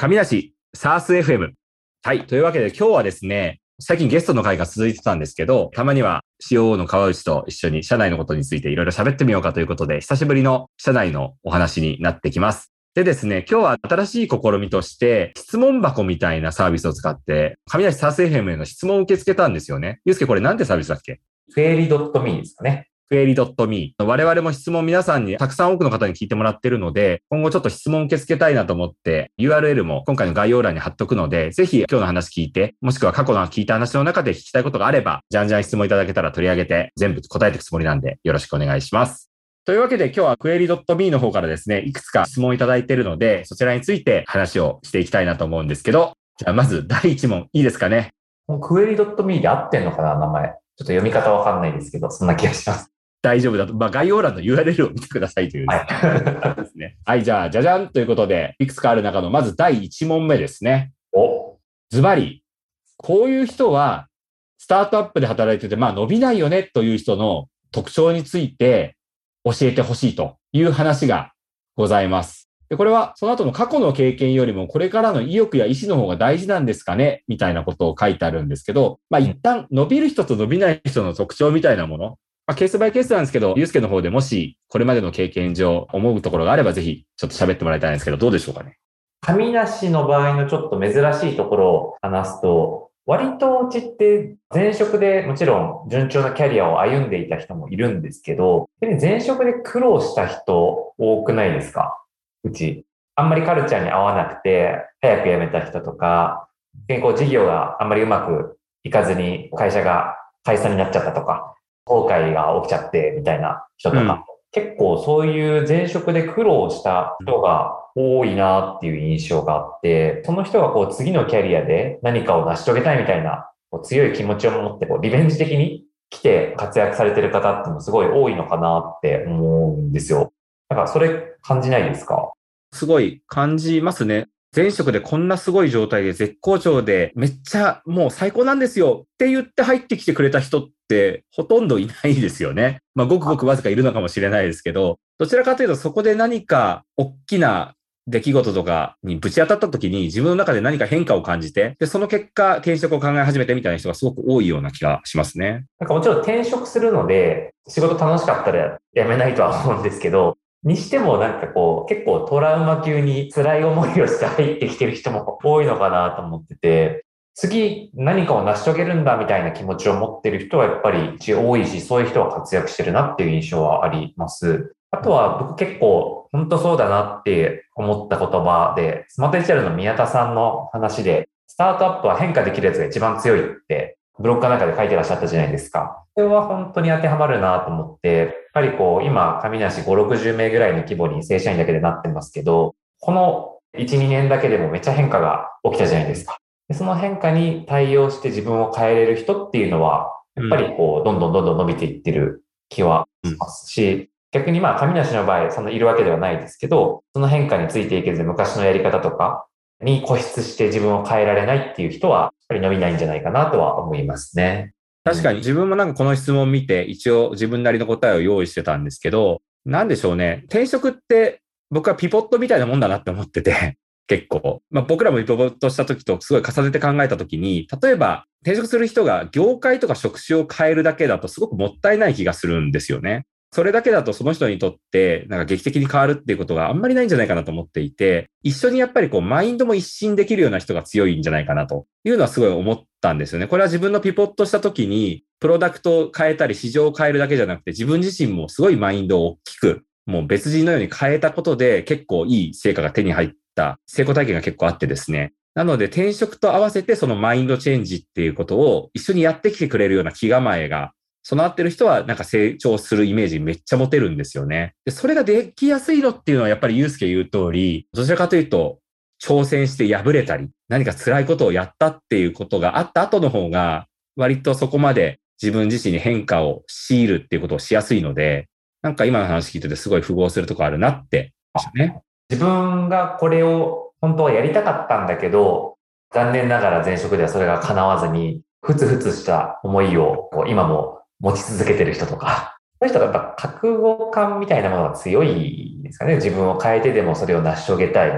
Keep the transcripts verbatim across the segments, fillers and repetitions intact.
神梨 サース エフエム。はい。というわけで今日はですね、最近ゲストの会が続いてたんですけど、たまには シーオーオー の川内と一緒に社内のことについていろいろ喋ってみようかということで、久しぶりの社内のお話になってきます。でですね、今日は新しい試みとして、質問箱みたいなサービスを使って、神梨 サース エフエム への質問を受け付けたんですよね。ゆうすけ、これなんてサービスだっけ？ クエリ .me ですかね。 クエリ .me。我々も質問皆さんにたくさん多くの方に聞いてもらってるので、今後ちょっと質問を受け付けたいなと思って、ユーアールエル も今回の概要欄に貼っとくので、ぜひ今日の話聞いて、もしくは過去の聞いた話の中で聞きたいことがあれば、じゃんじゃん質問いただけたら取り上げて全部答えていくつもりなんで、よろしくお願いします。というわけで今日は クエリ .me の方からですね、いくつか質問いただいているので、そちらについて話をしていきたいなと思うんですけど、じゃあまずだいいち問いいですかね。 クエリ .me で合ってんのかな、名前。ちょっと読み方わかんないですけど、そんな気がします。 大丈夫だと。まあ、概要欄の ユーアールエル を見てくださいという、ね。はい。ですね。はい、じゃあ、じゃじゃんということで、いくつかある中の、まずだいいち問目ですね。 お、 ズバリ、こういう人は、スタートアップで働いてて、まあ、伸びないよねという人の特徴について教えてほしいという話がございます。で、これは、その後の過去の経験よりも、これからの意欲や意思の方が大事なんですかねみたいなことを書いてあるんですけど、まあ、一旦、伸びる人と伸びない人の特徴みたいなもの、まあ、ケースバイケースなんですけど、ゆうすけの方でもし、これまでの経験上思うところがあれば、ぜひ、ちょっと喋ってもらいたいんですけど、どうでしょうかね。 神梨の場合のちょっと珍しいところを話すと、割とうちって前職でもちろん順調なキャリアを歩んでいた人もいるんですけど、前職で苦労した人多くないですか？うち。あんまりカルチャーに合わなくて、早く辞めた人とか、健康事業があんまりうまくいかずに会社が解散になっちゃったとか、後悔が起きちゃってみたいな人とか、うん、結構そういう前職で苦労した人が多いなっていう印象があって、その人がこう次のキャリアで何かを成し遂げたいみたいなこう強い気持ちを持ってこうリベンジ的に来て活躍されてる方ってもすごい多いのかなって思うんですよ。だからそれ感じないですか？ すごい感じますね。前職でこんなすごい状態で絶好調でめっちゃもう最高なんですよって言って入ってきてくれた人ってほとんどいないですよね。まあごくごくわずかいるのかもしれないですけど、どちらかというとそこで何か大きな出来事とかにぶち当たった時に自分の中で何か変化を感じて、でその結果転職を考え始めてみたいな人がすごく多いような気がしますね。 なんかもちろん転職するので仕事楽しかったら辞めないとは思うんですけど、にしてもなんかこう結構トラウマ級に辛い思いをして入ってきてる人も多いのかなと思ってて、次何かを成し遂げるんだみたいな気持ちを持ってる人はやっぱり多いし、そういう人は活躍してるなっていう印象はあります。あとは僕結構本当そうだなって思った言葉で、スマートエイチアールの宮田さんの話で、スタートアップは変化できるやつが一番強いってブログかなんかで書いてらっしゃったじゃないですか。これは本当に当てはまるなと思って、やっぱりこう今神梨ご、ろくじゅうめいぐらいの規模に正社員だけでなってますけど、このいち、にねんだけでもめっちゃ変化が起きたじゃないですか。でその変化に対応して自分を変えれる人っていうのは、やっぱりこうどんどんどんどん伸びていってる気はしますし、逆にまあ神梨の場合そんないるわけではないですけど、その変化についていけず昔のやり方とかに固執して自分を変えられないっていう人はやっぱり伸びないんじゃないかなとは思いますね。 確かに自分もなんかこの質問を見て一応自分なりの答えを用意してたんですけど、なんでしょうね。転職って僕はピボットみたいなもんだなって思ってて、結構。まあ僕らもピボットした時とすごい重ねて考えた時に、例えば転職する人が業界とか職種を変えるだけだとすごくもったいない気がするんですよね。それだけだとその人にとってなんか劇的に変わるっていうことがあんまりないんじゃないかなと思っていて、一緒にやっぱりこうマインドも一新できるような人が強いんじゃないかなというのはすごい思ったんですよね。これは自分のピボットした時にプロダクトを変えたり市場を変えるだけじゃなくて自分自身もすごいマインドを大きくもう別人のように変えたことで結構いい成果が手に入った成功体験が結構あってですね。なので転職と合わせてそのマインドチェンジっていうことを一緒にやってきてくれるような気構えが備わってる人はなんか成長するイメージめっちゃ持てるんですよね。で、それができやすいのっていうのはやっぱりユースケ言う通り、どちらかというと挑戦して敗れたり、何か辛いことをやったっていうことがあった後の方が割とそこまで自分自身に変化を強いるっていうことをしやすいので、なんか今の話聞いててすごい符合するとこあるなってね。 自分がこれを本当はやりたかったんだけど、残念ながら前職ではそれが叶わずに、ふつふつした思いを今も持ち続けてる人とか、そういう人がやっぱ覚悟感みたいなものが強いですかね。自分を変えてでもそれを成し遂げたいみたいな。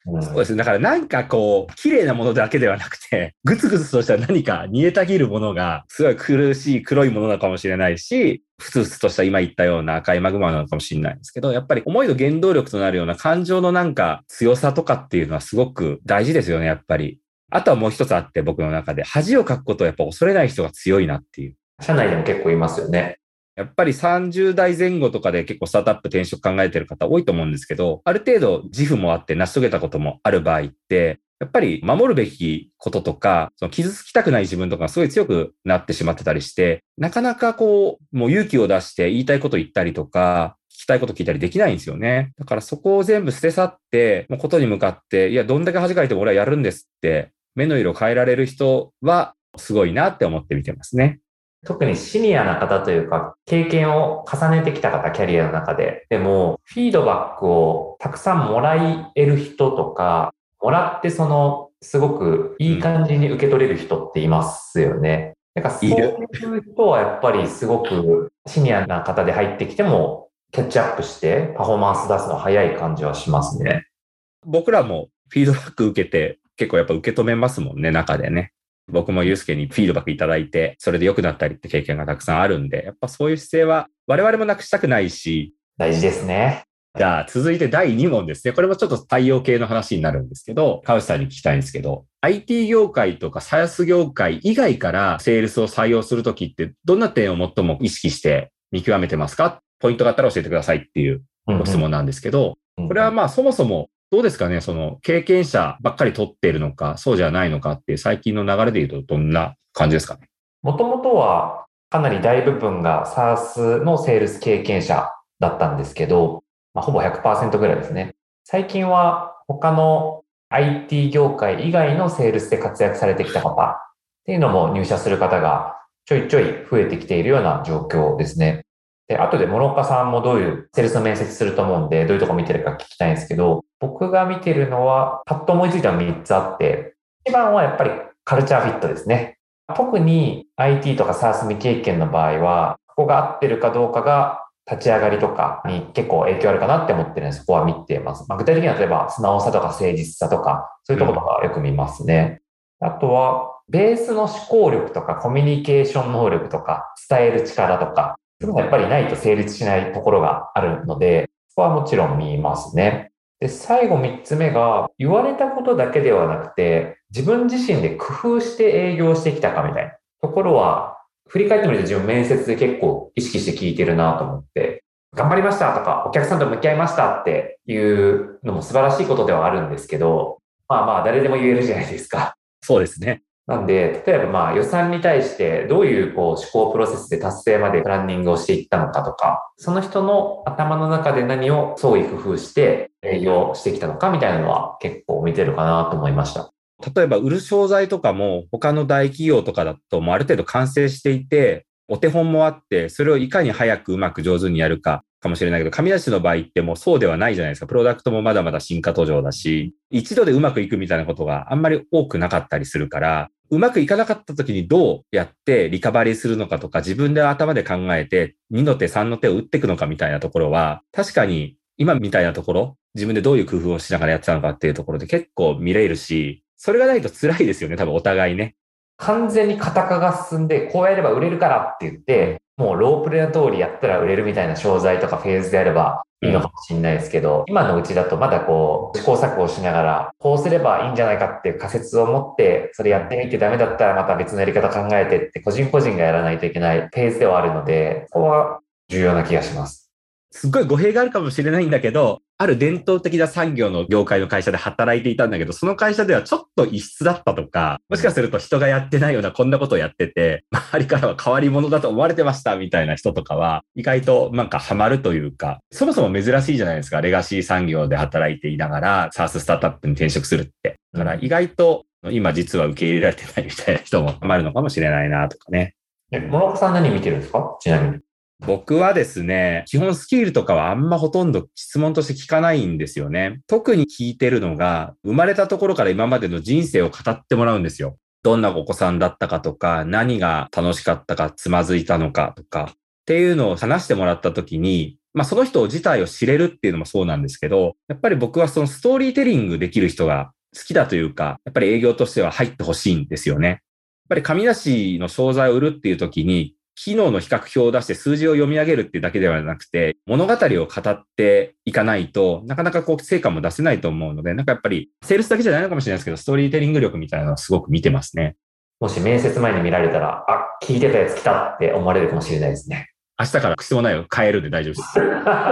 うん、 そうですね。だからなんかこう、綺麗なものだけではなくて、ぐつぐつとした何か煮えたぎるものが、すごい苦しい黒いものなのかもしれないし、ふつふつとした今言ったような赤いマグマなのかもしれないんですけど、やっぱり思いの原動力となるような感情のなんか強さとかっていうのはすごく大事ですよね、やっぱり。あとはもう一つあって僕の中で、恥をかくことをやっぱ恐れない人が強いなっていう。 社内でも結構いますよね。 やっぱりさんじゅう代前後とかで結構スタートアップ転職考えてる方多いと思うんですけど、ある程度自負もあって成し遂げたこともある場合って、やっぱり守るべきこととか、その傷つきたくない自分とかすごい強くなってしまってたりして、なかなかこう、もう勇気を出して言いたいこと言ったりとか、聞きたいこと聞いたりできないんですよね。だからそこを全部捨て去って、もうことに向かって、いや、どんだけ恥かいても俺はやるんですって、目の色変えられる人はすごいなって思って見てますね。 特にシニアな方というか、経験を重ねてきた方、キャリアの中で。でも、フィードバックをたくさんもらえる人とか、もらってその、すごくいい感じに受け取れる人っていますよね。なんかそういう人はやっぱりすごくシニアな方で入ってきても、キャッチアップしてパフォーマンス出すの早い感じはしますね。 僕らもフィードバック受けて、結構やっぱ受け止めますもんね、中でね。僕もユースケにフィードバックいただいて、それで良くなったりって経験がたくさんあるんで、やっぱそういう姿勢は我々もなくしたくないし。 大事ですね。 じゃあ続いてだいに問ですね。これもちょっと対応系の話になるんですけど、川内さんに聞きたいんですけど、アイティー 業界とか SaaS 業界以外からセールスを採用するときってどんな点を最も意識して見極めてますか？ポイントがあったら教えてくださいっていうご質問なんですけど、うんうん、これはまあそもそもどうですかね、その経験者ばっかり取っているのか、そうじゃないのかっていう最近の流れで言うとどんな感じですかね。 もともとはかなり大部分が SaaS のセールス経験者だったんですけど、まあ、ほぼ ひゃくパーセント ぐらいですね。最近は他の アイティー 業界以外のセールスで活躍されてきた方っていうのも入社する方がちょいちょい増えてきているような状況ですね。で、後で諸岡さんもどういうセールスの面接すると思うんで、どういうとこ見てるか聞きたいんですけど、僕が見てるのは、パッと思いついたのみっつあって、一番はやっぱりカルチャーフィットですね。特に アイティー とか SaaS 未経験の場合は、ここが合ってるかどうかが立ち上がりとかに結構影響あるかなって思ってるんで、そこは見てます。まあ、具体的には例えば素直さとか誠実さとか、そういうところとかよく見ますね。うん、あとは、ベースの思考力とかコミュニケーション能力とか、伝える力とか、そういうのがやっぱりないと成立しないところがあるので、そこはもちろん見ますね。で、最後三つ目が、言われたことだけではなくて、自分自身で工夫して営業してきたかみたいなところは、振り返ってみると自分面接で結構意識して聞いてるなと思って、頑張りましたとか、お客さんと向き合いましたっていうのも素晴らしいことではあるんですけど、まあまあ誰でも言えるじゃないですか。 そうですね。 なんで、例えばまあ予算に対してどういうこう思考プロセスで達成までプランニングをしていったのかとか、その人の頭の中で何を創意工夫して営業してきたのかみたいなのは結構見てるかなと思いました。 例えば売る商材とかも他の大企業とかだともうある程度完成していて、お手本もあって、それをいかに早くうまく上手にやるかかもしれないけど、紙出しの場合ってもうそうではないじゃないですか。プロダクトもまだまだ進化途上だし、一度でうまくいくみたいなことがあんまり多くなかったりするから、うまくいかなかった時にどうやってリカバリーするのかとか、自分で頭で考えてにの手さんの手を打っていくのかみたいなところは、確かに今みたいなところ、自分でどういう工夫をしながらやってたのかっていうところで結構見れるし、それがないと辛いですよね、多分お互いね。 完全に型化が進んで、こうやれば売れるからって言って、もうロープレの通りやったら売れるみたいな商材とかフェーズであればいいのかもしれないですけど、うん、今のうちだとまだこう試行錯誤しながら、こうすればいいんじゃないかっていう仮説を持って、それやってみてダメだったらまた別のやり方考えてって個人個人がやらないといけないフェーズではあるので、ここは重要な気がします。 すっごい語弊があるかもしれないんだけど、ある伝統的な産業の業界の会社で働いていたんだけど、その会社ではちょっと異質だったとか、もしかすると人がやってないようなこんなことをやってて、周りからは変わり者だと思われてましたみたいな人とかは、意外となんかハマるというか、そもそも珍しいじゃないですか。レガシー産業で働いていながら、SaaS スタートアップに転職するって。だから意外と今実は受け入れられてないみたいな人もハマるのかもしれないなとかね。 諸岡さん何見てるんですか？ちなみに。 僕はですね、基本スキルとかはあんまほとんど質問として聞かないんですよね。特に聞いてるのが、生まれたところから今までの人生を語ってもらうんですよ。どんなお子さんだったかとか、何が楽しかったか、つまずいたのかとか、 っていうのを話してもらったときに、まあその人自体を知れるっていうのもそうなんですけど、やっぱり僕はそのストーリーテリングできる人が好きだというか、やっぱり営業としては入ってほしいんですよね。やっぱり紙出しの商材を売るっていうときに、機能の比較表を出して数字を読み上げるっていうだけではなくて、物語を語っていかないとなかなかこう成果も出せないと思うので、なんかやっぱりセールスだけじゃないのかもしれないですけど、ストーリーテリング力みたいなのはすごく見てますね。 もし面接前に見られたら、あ、聞いてたやつ来たって思われるかもしれないですね。 明日から質問内容変えるんで大丈夫です。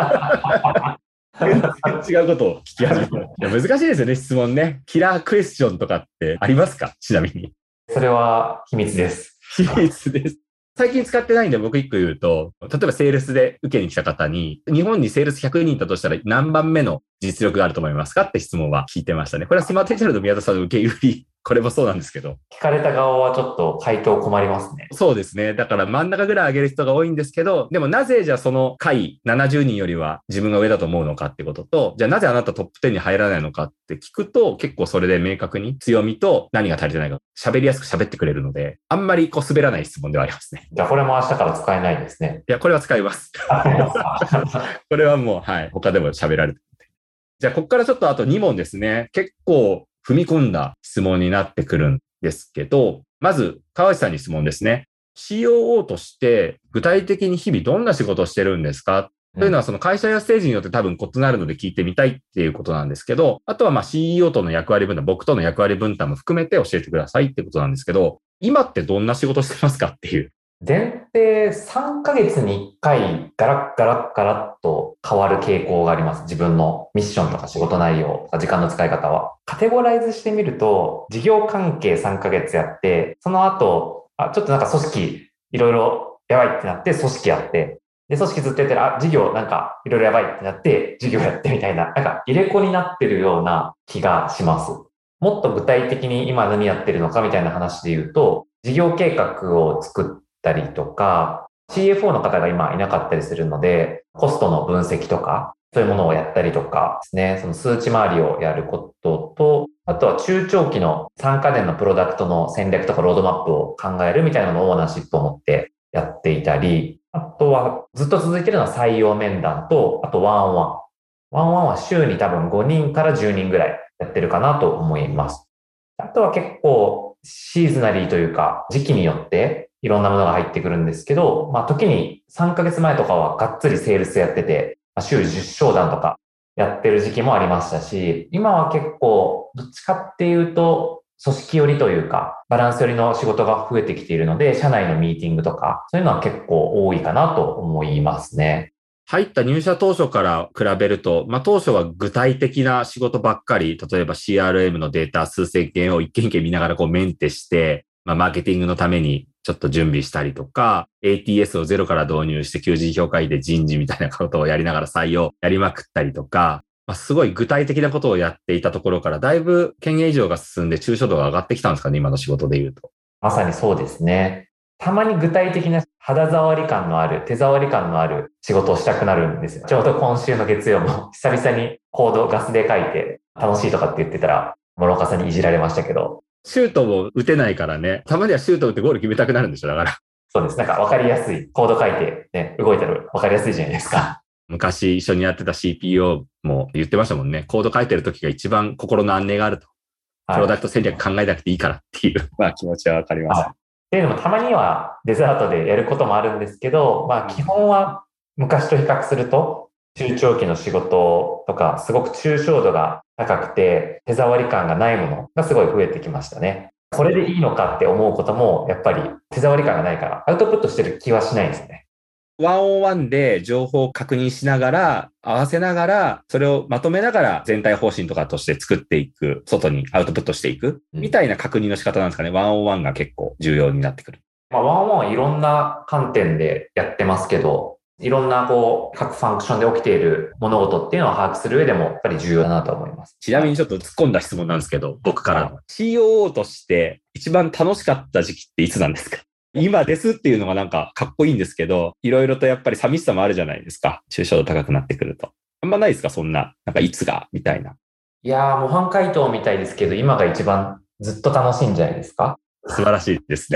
全然違うことを聞き始めた。いや難しいですよね、質問ね。キラークエスチョンとかってありますか？ちなみに。 それは秘密です。 秘密です。最近使ってないんで僕一個言うと、例えばセールスで受けに来た方に、日本にセールスひゃくにんいたとしたら何番目の実力があると思いますかって質問は聞いてましたね。これはスマートエイチアールの宮田さんの受け売り、これもそうなんですけど。 聞かれた側はちょっと回答困りますね。 そうですね。だから真ん中ぐらい上げる人が多いんですけど、でもなぜじゃあその回ななじゅうにんよりは自分が上だと思うのかってことと、じゃあなぜあなたトップじゅうに入らないのかって聞くと、結構それで明確に強みと何が足りてないか喋りやすく喋ってくれるので、あんまりこう滑らない質問ではありますね。 じゃあこれも明日から使えないですね。 いや、これは使います。これはもう、はい、他でも喋られてる。じゃあここからちょっとあとに問ですね。結構踏み込んだ質問になってくるんですけど、まず、川内さんに質問ですね。シーオーオー として具体的に日々どんな仕事をしてるんですか、うん、というのはその会社やステージによって多分異なるので聞いてみたいっていうことなんですけど、あとはまあ シーイーオー との役割分担、僕との役割分担も含めて教えてくださいってことなんですけど、今ってどんな仕事してますかっていう。 前提さんかげつにいっかいガラッガラッガラッと変わる傾向があります。自分のミッションとか仕事内容とか時間の使い方は。カテゴライズしてみると、事業関係さんかげつやって、その後、あ、ちょっとなんか組織いろいろやばいってなって組織やって、で、組織ずっとやってる、あ、事業なんかいろいろやばいってなって事業やってみたいな、なんか入れ子になってるような気がします。もっと具体的に今何やってるのかみたいな話で言うと、事業計画を作ってたりとか、シーエフオー の方が今いなかったりするので、コストの分析とか、そういうものをやったりとかですね、その数値回りをやることと、あとは中長期のさんかねんのプロダクトの戦略とかロードマップを考えるみたいなのをオーナーシップを持ってやっていたり、あとはずっと続いているのは採用面談と、あとワンオンワン。ワンオンワンは週に多分ごにんからじゅうにんぐらいやってるかなと思います。あとは結構シーズナリーというか時期によっていろんなものが入ってくるんですけど、まあ時にさんかげつまえとかはがっつりセールスやってて、週じゅっ商談とかやってる時期もありましたし、今は結構どっちかっていうと組織寄りというかバランス寄りの仕事が増えてきているので、社内のミーティングとかそういうのは結構多いかなと思いますね。 入った入社当初から比べると、まあ当初は具体的な仕事ばっかり、例えば シーアールエム のデータ数千件を一件一件見ながらこうメンテして、まあマーケティングのためにちょっと準備したりとか、エーティーエス をゼロから導入して求人評価医で人事みたいなことをやりながら採用やりまくったりとか、まあ、すごい具体的なことをやっていたところから、だいぶ権限以上が進んで抽象度が上がってきたんですかね、今の仕事で言うと。 まさにそうですね。たまに具体的な肌触り感のある、手触り感のある仕事をしたくなるんですよ。ちょうど今週の月曜も久々にコードガスで書いて楽しいとかって言ってたら、諸岡さんにいじられましたけど。 シュートも打てないからね。たまにはシュート打ってゴール決めたくなるんでしょ、だから。 そうです。なんか分かりやすい。コード書いてね、動いたら分かりやすいじゃないですか。 昔一緒にやってた シーピーオー も言ってましたもんね。コード書いてる時が一番心の安寧があると。プロダクト戦略考えなくていいからっていう、まあ気持ちはわかります。 はい、っていうのもたまにはデザートでやることもあるんですけど、まあ基本は昔と比較すると中長期の仕事とかすごく抽象度が高くて手触り感がないものがすごい増えてきましたね。これでいいのかって思うこともやっぱり手触り感がないからアウトプットしてる気はしないんですよね。 ワンオンワンで情報を確認しながら、合わせながら、それをまとめながら全体方針とかとして作っていく、外にアウトプットしていく、みたいな確認の仕方なんですかね。ワンオンワンが結構重要になってくる。 まあ、ワンオンワンはいろんな観点でやってますけど、いろんなこう、各ファンクションで起きている物事っていうのを把握する上でもやっぱり重要だなと思います。 ちなみにちょっと突っ込んだ質問なんですけど、僕からの。シーオーオー として一番楽しかった時期っていつなんですか？今ですっていうのがなんかかっこいいんですけど、いろいろとやっぱり寂しさもあるじゃないですか。抽象度高くなってくると。あんまないですか？そんな、なんかいつがみたいな。 いやー、模範解答みたいですけど、今が一番ずっと楽しいんじゃないですか？ 素晴らしいですね。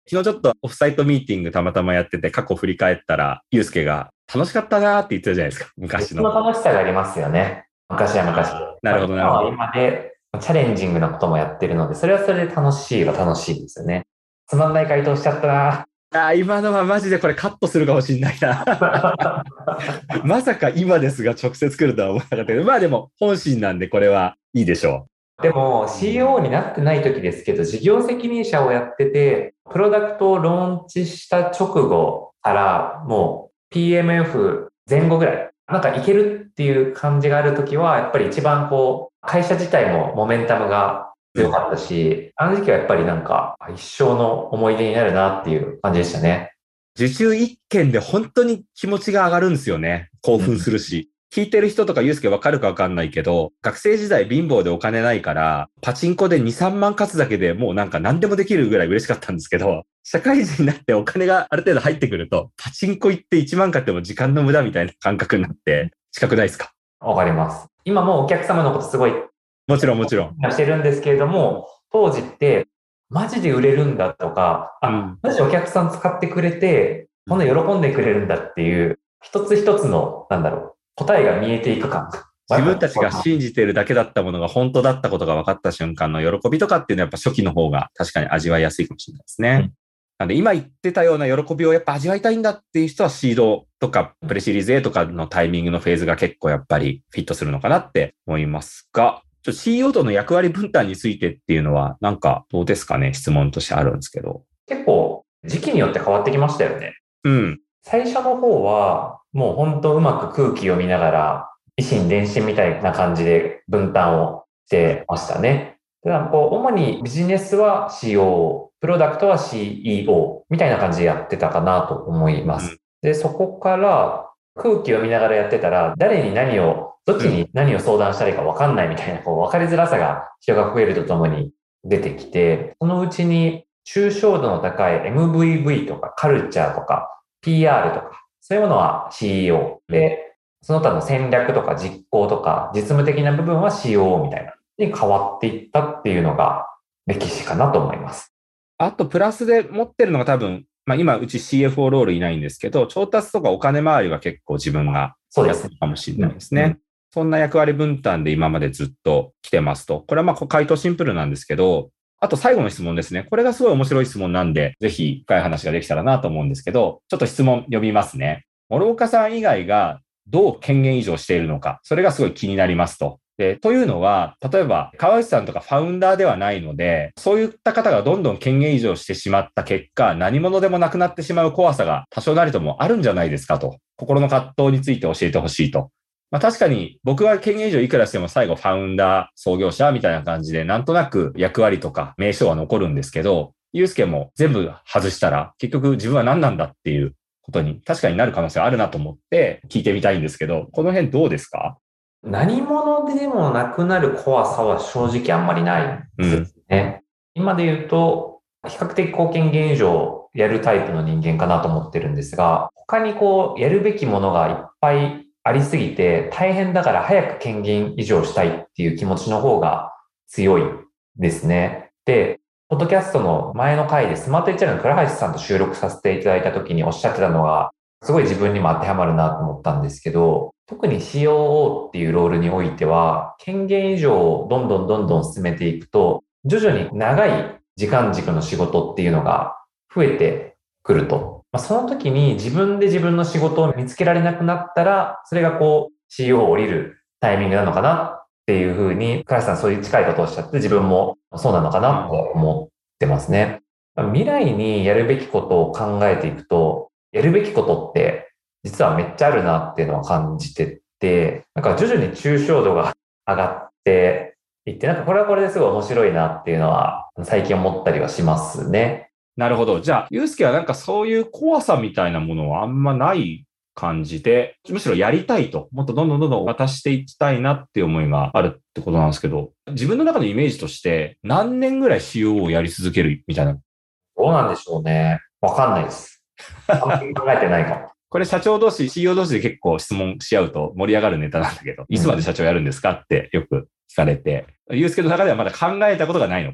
昨日ちょっとオフサイトミーティングたまたまやってて、過去振り返ったら、ゆうすけが楽しかったなーって言ってたじゃないですか、昔の。 別の楽しさがありますよね。昔は昔で。 なるほど、なるほど。 今は今で、チャレンジングなこともやってるので、それはそれで楽しいは楽しいですよね。つまんない回答しちゃったな。 あ、今のはマジでこれカットするかもしれないな。まさか今ですが直接来るとは思わなかったけど、まあでも本心なんでこれはいいでしょう。でも シーイーオー になってない時ですけど、事業責任者をやってて、プロダクトをローンチした直後からもう ピーエムエフ 前後ぐらい、なんかいけるっていう感じがある時は、やっぱり一番こう、会社自体もモメンタムが強かったし、あの時期はやっぱりなんか一生の思い出になるなっていう感じでしたね。 受注一件で本当に気持ちが上がるんですよね。興奮するし。聞いてる人とかユースケわかるかわかんないけど、学生時代貧乏でお金ないから、パチンコでに、さんまん勝つだけでもうなんか何でもできるぐらい嬉しかったんですけど、社会人になってお金がある程度入ってくると、パチンコ行っていちまん勝っても時間の無駄みたいな感覚になって、近くないですか？ わかります。今もお客様のことすごい、 もちろんもちろん。 してるんですけれども、当時って、マジで売れるんだとか、あ、うん、マジでお客さん使ってくれて、こんな喜んでくれるんだっていう、一つ一つの、なんだろう、答えが見えていく感。 自分たちが信じているだけだったものが本当だったことが分かった瞬間の喜びとかっていうのはやっぱ初期の方が確かに味わいやすいかもしれないですね。うん、なんで今言ってたような喜びをやっぱ味わいたいんだっていう人はシードとかプレシリーズ A とかのタイミングのフェーズが結構やっぱりフィットするのかなって思いますが、ちょ シーイーオー との役割分担についてっていうのはなんかどうですかね、質問としてあるんですけど。 結構時期によって変わってきましたよね。 うん。 最初の方はもう本当うまく空気を見ながら以心伝心みたいな感じで分担をしてましたね。だからこう主にビジネスは シーオー、プロダクトは シーイーオー みたいな感じでやってたかなと思います。うん、で、そこから空気を見ながらやってたら誰に何を、どっちに何を相談したらいいか分かんないみたいなこう分かりづらさが人が増えるとともに出てきて、そのうちに抽象度の高い エムブイブイ とかカルチャーとか ピーアール とかそういうものは シーイーオー で、その他の戦略とか実行とか実務的な部分は シーオーオー みたいなに変わっていったっていうのが歴史かなと思います。 あとプラスで持ってるのが多分、まあ今うち シーエフオー ロールいないんですけど、調達とかお金回りは結構自分がやってるかもしれないですね。そうですね。うんうん、そんな役割分担で今までずっと来てますと。これはまあ回答シンプルなんですけど、あと最後の質問ですね。これがすごい面白い質問なんで、ぜひ深い話ができたらなと思うんですけど、ちょっと質問読みますね。諸岡さん以外がどう権限移譲しているのか、それがすごい気になりますと。で、というのは、例えば、川内さんとかファウンダーではないので、そういった方がどんどん権限移譲してしまった結果、何者でもなくなってしまう怖さが多少なりともあるんじゃないですかと。心の葛藤について教えてほしいと。まあ確かに僕は権限移譲いくらしても最後ファウンダー、創業者みたいな感じでなんとなく役割とか名称は残るんですけど、ゆうすけも全部外したら結局自分は何なんだっていうことに確かになる可能性あるなと思って聞いてみたいんですけど、この辺どうですか？ 何者でもなくなる怖さは正直あんまりないですね。うん、今で言うと、比較的貢献現状をやるタイプの人間かなと思ってるんですが、他にこう、やるべきものがいっぱいありすぎて、大変だから早く権限移譲したいっていう気持ちの方が強いですね。で、ポッドキャストの前の回でスマート エイチアール の倉橋さんと収録させていただいた時におっしゃってたのが、すごい自分にも当てはまるなと思ったんですけど、特に シーオーオー っていうロールにおいては、権限移譲をどんどんどんどん進めていくと、徐々に長い時間軸の仕事っていうのが増えてくると。まあ、その時に自分で自分の仕事を見つけられなくなったら、それがこう シーオーオー を降りるタイミングなのかなっていうふうに、倉橋さんそういう近いことをおっしゃって自分もそうなのかなと思ってますね。未来にやるべきことを考えていくと、やるべきことって実はめっちゃあるなっていうのは感じてて、なんか徐々に抽象度が上がっていって、なんかこれはこれですごい面白いなっていうのは最近思ったりはしますね。 なるほど。じゃあ、ゆうすけはなんかそういう怖さみたいなものはあんまない感じで、むしろやりたいと、もっとどんどんどんどん渡していきたいなっていう思いがあるってことなんですけど、自分の中のイメージとして何年ぐらい シーオーオー をやり続けるみたいな。 どうなんでしょうね。わかんないです。あんまり考えてないかも。 これ社長同士、シーイーオー 同士で結構質問し合うと盛り上がるネタなんだけど、いつまで社長やるんですかってよく聞かれて、ゆうすけの中ではまだ考えたことがないのか。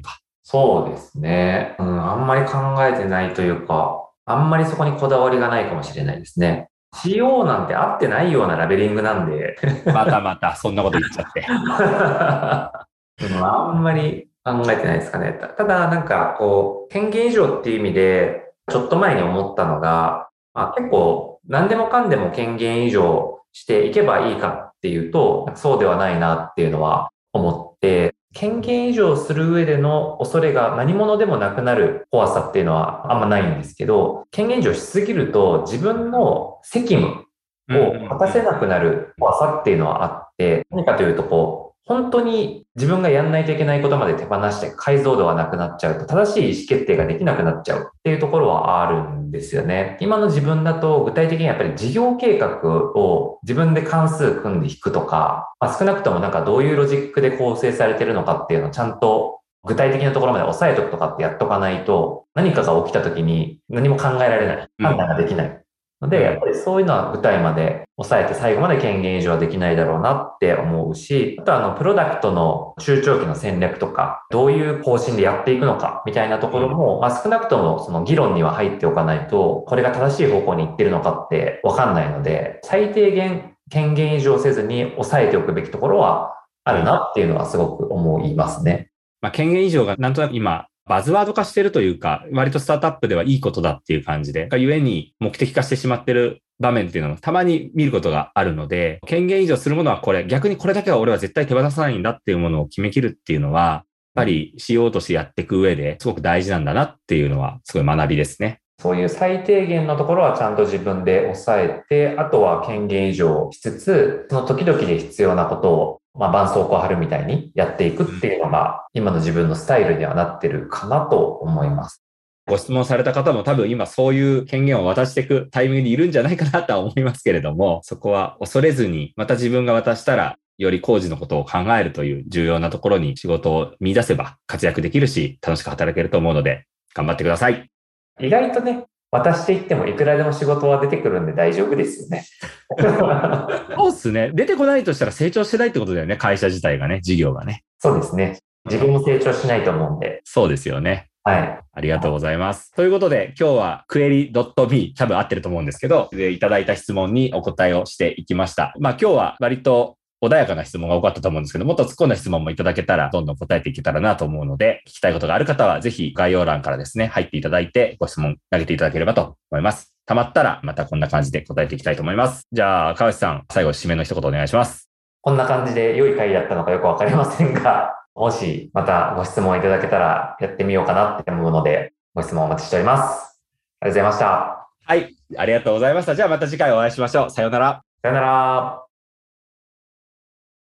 そうですね。うん、あんまり考えてないというか、あんまりそこにこだわりがないかもしれないですね。シーオー なんて合ってないようなラベリングなんで、 またまた、そんなこと言っちゃって。 うん、あんまり考えてないですかね。たただ、なんか、こう、権限以上っていう意味で、ちょっと前に思ったのが、まあ、結構、何でもかんでも権限以上していけばいいかっていうと、そうではないなっていうのは思って、権限以上する上での恐れが何者でもなくなる怖さっていうのはあんまないんですけど、権限以上しすぎると自分の責務うんうんを果たせなくなる怖さっていうのはあって、何かというとこう、本当に自分がやんないといけないことまで手放して解像度がなくなっちゃうと正しい意思決定ができなくなっちゃうっていうところはあるんですよね。今の自分だと具体的にやっぱり事業計画を自分で関数組んで引くとか、まあ、少なくともなんかどういうロジックで構成されてるのかっていうのをちゃんと具体的なところまで押さえとくとかってやっとかないと、何かが起きた時に何も考えられない。判断ができない。ので、やっぱりそういうのは具体まで抑えて最後まで権限以上はできないだろうなって思うし、あとはあの、プロダクトの中長期の戦略とか、どういう方針でやっていくのかみたいなところも、まあ少なくともその議論には入っておかないと、これが正しい方向に行ってるのかってわかんないので、最低限権限以上せずに抑えておくべきところはあるなっていうのはすごく思いますね。 まあ、権限以上がなんとなく今、バズワード化してるというか、割とスタートアップではいいことだっていう感じで、ゆえに目的化してしまってる場面っていうのもたまに見ることがあるので、権限以上するものはこれ、逆にこれだけは俺は絶対手放さないんだっていうものを決めきるっていうのは、やっぱり シーオー としてやっていく上ですごく大事なんだなっていうのはすごい学びですね。 そういう最低限のところはちゃんと自分で抑えて、あとは権限以上しつつ、その時々で必要なことを、まあ、絆創膏貼るみたいにやっていくっていうのが、今の自分のスタイルにはなってるかなと思います。 ご質問された方も多分今そういう権限を渡していくタイミングにいるんじゃないかなとは思いますけれども、そこは恐れずに、また自分が渡したら、より工事のことを考えるという重要なところに仕事を見出せば活躍できるし、楽しく働けると思うので、頑張ってください。 意外とね、渡していってもいくらでも仕事は出てくるんで大丈夫ですよね。 そうっすね。出てこないとしたら成長してないってことだよね。会社自体がね、事業がね。 そうですね。自分も成長しないと思うんで。 そうですよね。 はい。 ありがとうございます。ということで、今日は クエリドットミー 多分合ってると思うんですけど、でいただいた質問にお答えをしていきました。まあ今日は割と穏やかな質問が多かったと思うんですけど、もっと突っ込んだ質問もいただけたら、どんどん答えていけたらなと思うので、聞きたいことがある方は、ぜひ概要欄からですね、入っていただいて、ご質問投げていただければと思います。たまったら、またこんな感じで答えていきたいと思います。じゃあ、川内さん、最後締めの一言お願いします。 こんな感じで良い回だったのかよくわかりませんが、もしまたご質問いただけたらやってみようかなって思うので、ご質問お待ちしております。ありがとうございました。 はい、ありがとうございました。じゃあまた次回お会いしましょう。さようなら。 さよなら。